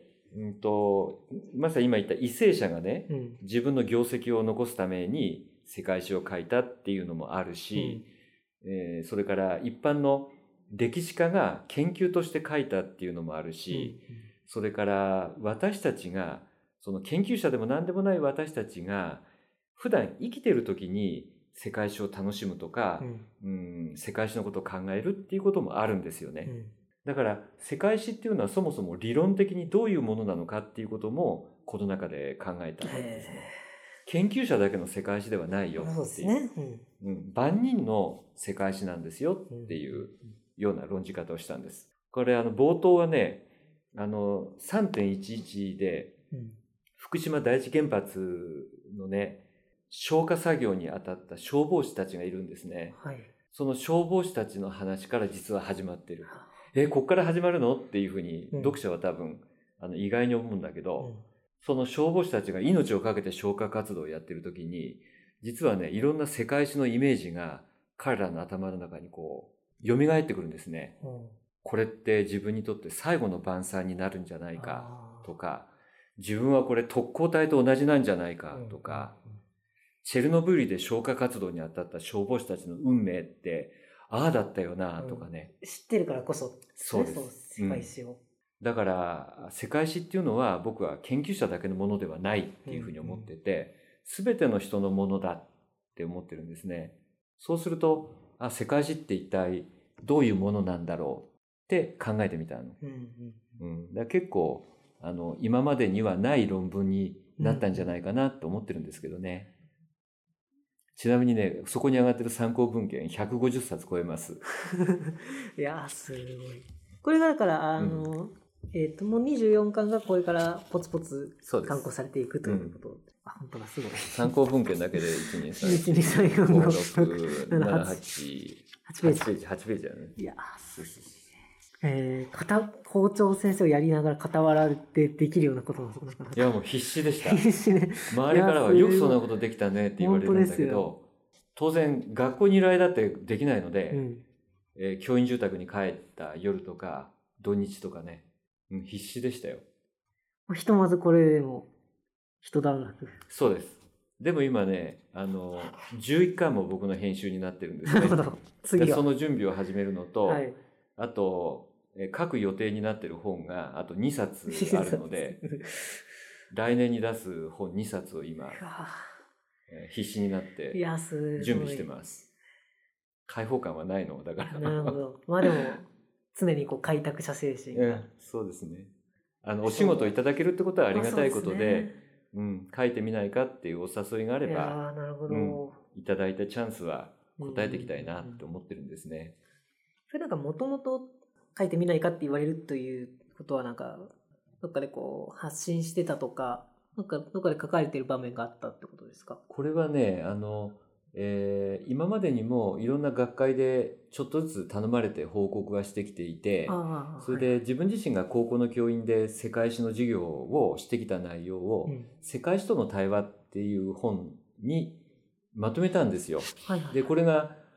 まさに今言った為政者がね、自分の業績を残すために世界史を書いたっていうのもあるし、それから一般の歴史家が研究として書いたっていうのもあるし、それから私たちが、その研究者でも何でもない私たちが、普段生きてる時に世界史を楽しむとか、世界史のことを考えるっていうこともあるんですよね。だから世界史っていうのはそもそも理論的にどういうものなのかっていうこともこの中で考えたんですね。研究者だけの世界史ではないよっていう。万人の世界史なんですよっていうような論じ方をしたんです。これ冒頭はね、3.11 で福島第一原発のね、消火作業に当たった消防士たちがいるんですね。その消防士たちの話から実は始まってる。こっから始まるのっていうふうに読者は多分意外に思うんだけど、その消防士たちが命を懸けて消火活動をやってる時に、実はね、いろんな世界史のイメージが彼らの頭の中にこう蘇ってくるんですね。これって自分にとって最後の晩餐になるんじゃないかとか、自分はこれ特攻隊と同じなんじゃないかとか、チェルノブイリで消火活動に当たった消防士たちの運命ってああだったよなとかね、 知ってるからこそ、 そうです。 世界史を。 だから世界史っていうのは僕は研究者だけのものではないっていうふうに思ってて、全ての人のものだって思ってるんですね。そうすると、世界史って一体どういうものなんだろうって考えてみたの。だから結構今までにはない論文になったんじゃないかなと思ってるんですけどね。ちなみにね、そこに上がってる参考文献150冊超えます。 いやすごい。これがだからもう24巻がこれからポツポツ刊行されていくということ。本当だ、すごい。 参考文献だけで1、2、3、 1、2、3、4、 5、6、7、8、8ページだね。 いや校長先生をやりながら傍らでできるようなこともそこだから。 いや、もう必死でした。 必死ね。 周りからはよくそんなことできたねって言われるんだけど、当然学校にいる間ってできないので、教員住宅に帰った夜とか土日とかね、必死でしたよ。 ひとまずこれでも一段落。 そうです。でも今ね、11巻も僕の編集になってるんですね。 なるほど。次は。 その準備を始めるのと、あと、書く予定になってる本があと2冊あるので、来年に出す本2冊を今、必死になって準備してます。開放感はないのだから。 なるほど。まあでも、常にこう開拓者精神が。 そうですね。お仕事いただけるってことはありがたいことで、書いてみないかっていうお誘いがあれば、 なるほど。 いただいたチャンスは答えていきたいなって思ってるんですね。 それなんかもともと書いてみないかって言われるということはなんか、どっかでこう発信してたとか、なんかどっかで書かれてる場面があったってことですか？ これはね、今までにもいろんな学会でちょっとずつ頼まれて報告はしてきていて、それで自分自身が高校の教員で世界史の授業をしてきた内容を、世界史との対話っていう本にまとめたんですよ。で、これが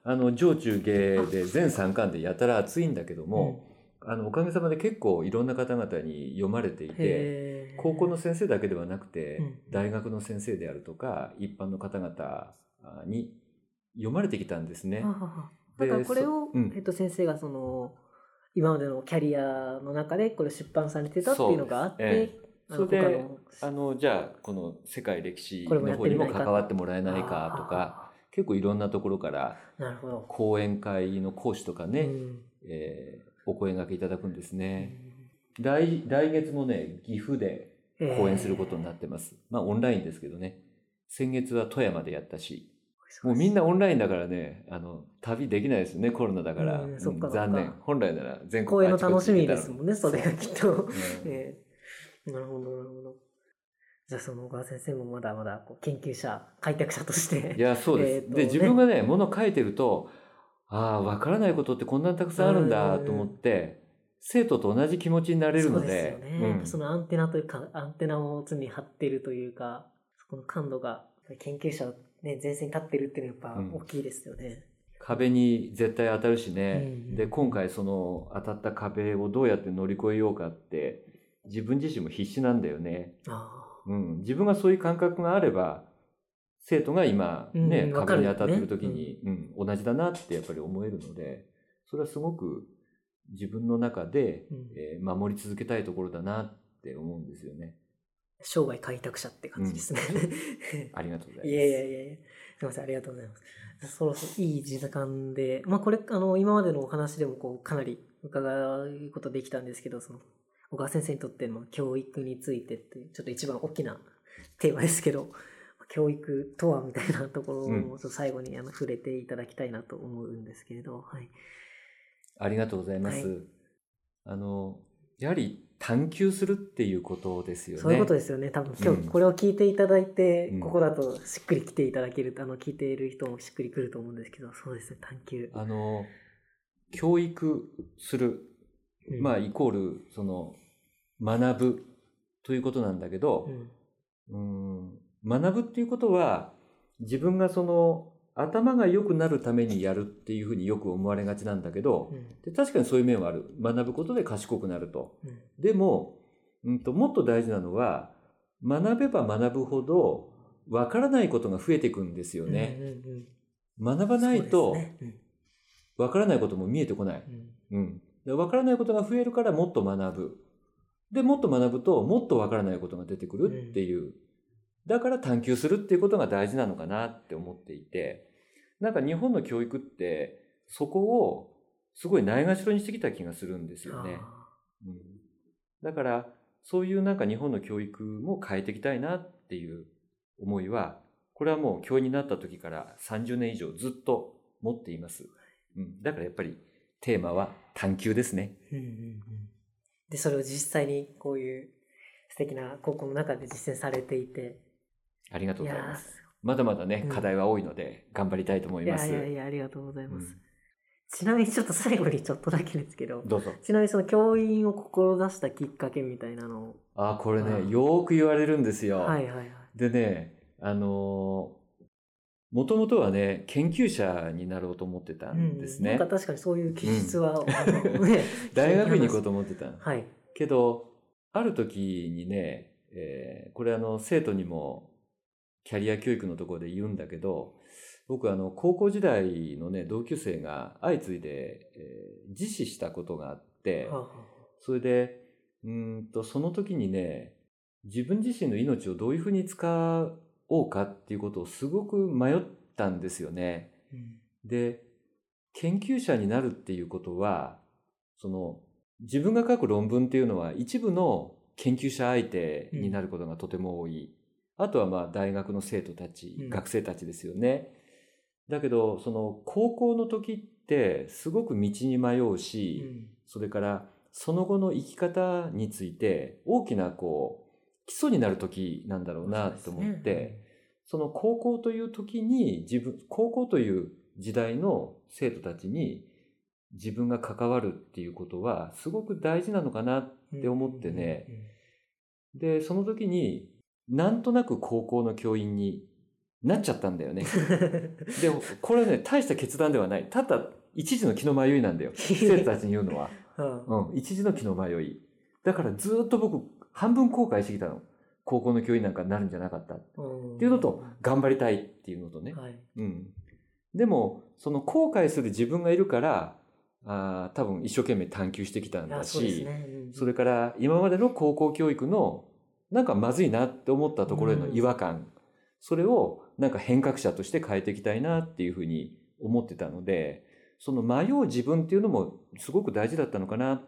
上中下で全3巻でやたら熱いんだけども、おかげさまで結構いろんな方々に読まれていて、高校の先生だけではなくて、大学の先生であるとか一般の方々に読まれてきたんですね。 だからこれを、先生がその今までのキャリアの中でこれ出版されてたっていうのがあって、 それでじゃあこの世界歴史の方にも関わってもらえないかとか、結構いろんなところから講演会の講師とかね、お声掛けいただくんですね。来月もね、岐阜で講演することになってます。まあオンラインですけどね。先月は富山でやったし、もうみんなオンラインだからね、旅できないですよね、コロナだから。残念。本来なら全国講演の楽しみですもんね、それがきっと。なるほど、なるほど。じゃあその小川先生もまだまだ研究者、開拓者として。 いや、そうです。で、自分がね、もの書いてると、わからないことってこんなにたくさんあるんだと思って、生徒と同じ気持ちになれるので。そうですよね。そのアンテナというか、アンテナを常に張ってるというか、そこの感度が、研究者ね、前線に立ってるっていうのはやっぱ大きいですよね。 壁に絶対当たるしね。で、今回その当たった壁をどうやって乗り越えようかって、自分自身も必死なんだよね。自分がそういう感覚があれば、生徒が今ね、壁に当たってる時に、同じだなってやっぱり思えるので、それはすごく自分の中で、守り続けたいところだなって思うんですよね。 生涯開拓者って感じですね。 ありがとうございます。 いや。すみません、ありがとうございます。そろそろいい時間で、これ、今までのお話でもかなり伺うことできたんですけど、小川先生にとっての教育についてって、ちょっと一番大きなテーマですけど、教育とはみたいなところを最後に触れていただきたいなと思うんですけれど、 ありがとうございます。やはり探求するっていうことですよね。 そういうことですよね。多分今日これを聞いていただいて、ここだとしっくり来ていただける、聞いている人もしっくりくると思うんですけど、そうですね、探求。 教育する、イコール、学ぶということなんだけど、学ぶっていうことは、自分が頭が良くなるためにやるっていうふうによく思われがちなんだけど、で確かにそういう面はある。学ぶことで賢くなると。でも、もっと大事なのは、学べば学ぶほど分からないことが増えていくんですよね。学ばないと分からないことも見えてこない。分からないことが増えるからもっと学ぶ。で、もっと学ぶともっと分からないことが出てくるっていう。だから探求するっていうことが大事なのかなって思っていて、なんか日本の教育ってそこをすごいないがしろにしてきた気がするんですよね。だからそういうなんか日本の教育も変えていきたいなっていう思いは、これはもう教員になった時から30年以上ずっと持っています。だからやっぱりテーマは探求ですね。 で、それを実際にこういう素敵な高校の中で実践されていて、 ありがとうございます。まだまだね、課題は多いので頑張りたいと思います。 ありがとうございます。ちなみにちょっと最後にちょっとだけですけど、 どうぞ。 ちなみにその教員を志したきっかけみたいなのを。 これね、よーく言われるんですよ。でね、もともとはね、研究者になろうと思ってたんですね。 なんか確かにそういう気質は、 大学に行こうと思ってた。けど、ある時にね、これ生徒にもキャリア教育のところで言うんだけど、僕高校時代のね、同級生が相次いで、自死したことがあって、それで、その時にね、自分自身の命をどういうふうに使おうかっていうことをすごく迷ったんですよね。で、研究者になるっていうことは、自分が書く論文っていうのは一部の研究者相手になることがとても多い。あとは大学の生徒たち、学生たちですよね。だけど、高校の時ってすごく道に迷うし、それからその後の生き方について大きな基礎になる時なんだろうなと思って、その高校という時に高校という時代の生徒たちに自分が関わるっていうことはすごく大事なのかなって思ってね。で、その時になんとなく高校の教員になっちゃったんだよね。でもこれね大した決断ではない。ただ一時の気の迷いなんだよ。生徒たちに言うのは、一時の気の迷い。だからずっと僕半分後悔してきたの。高校の教員なんかになるんじゃなかったっていうのと、頑張りたいっていうのとね、でもその後悔する自分がいるから多分一生懸命探求してきたんだし、それから今までの高校教育のなんかまずいなって思ったところへの違和感、それをなんか変革者として変えていきたいなっていうふうに思ってたので、その迷う自分っていうのもすごく大事だったのかなって、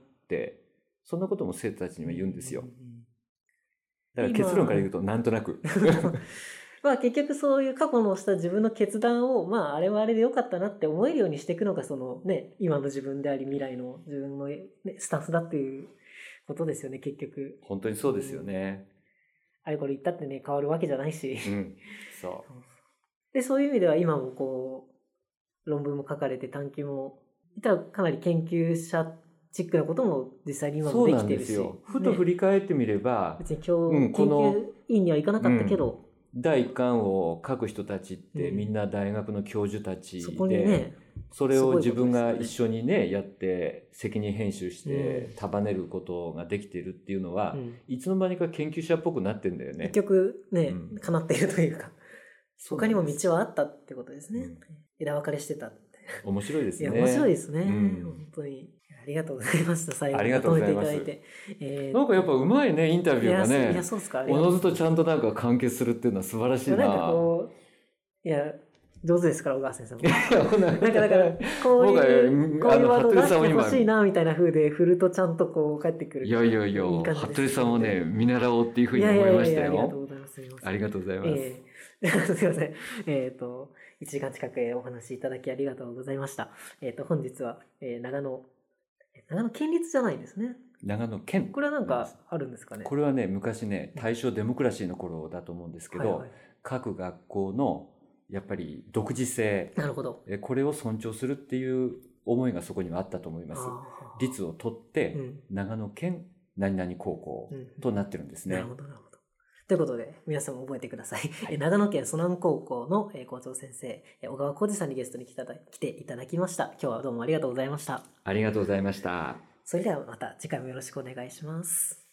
そんなことも生徒たちには言うんですよ。だから結論から言うとなんとなくまあ結局そういう過去のした自分の決断をまああれはあれでよかったなって思えるようにしていくのがそのね今の自分であり未来の自分の、ね、スタンスだっていうことですよね結局。 本当にそうですよね。 あれこれ言ったってね変わるわけじゃないし、 そうでそういう意味では今もこう論文も書かれて探究もいったらかなり研究者チックなことも実際に今もできてるし、 そうなんですよ。ふと振り返ってみれば、 別に今日、研究員には行かなかったけど、 第一巻を書く人たちってみんな大学の教授たちで、 そこにね、 それを自分が一緒にねやって責任編集して束ねることができているっていうのは、いつの間にか研究者っぽくなってんだよね。 結局ね、叶っているというか、他にも道はあったってことですね。枝分かれしてたって。 面白いですね。 いや面白いですね、本当に。ありがとうございました。最後にまとめていただいて。 なんかやっぱうまいね、インタビューがね。 いや、そうですか。 おのずとちゃんとなんか完結するっていうのは素晴らしいな。 なんかこう、いや、上手ですから、小川先生も。なんかだから、こういうワード出してほしいな、みたいな風で振るとちゃんとこう返ってくる。 いや、服部さんをね、見習おうっていうふうに思いましたよ。 ありがとうございます。 ありがとうございます。 すいません。1時間近くお話しいただきありがとうございました。本日は、長野県立じゃないですね。 長野県。 これはなんかあるんですかね。 これはね、昔ね、大正デモクラシーの頃だと思うんですけど、各学校のやっぱり独自性、 なるほど。 これを尊重するっていう思いがそこにはあったと思います。率を取って、長野県何々高校となってるんですね。 なるほど、なるほど。ということで、皆さんも覚えてください。長野県蘇南高校の校長先生、小川浩二さんにゲストに来ていただきました。今日はどうもありがとうございました。 ありがとうございました。 それではまた次回もよろしくお願いします。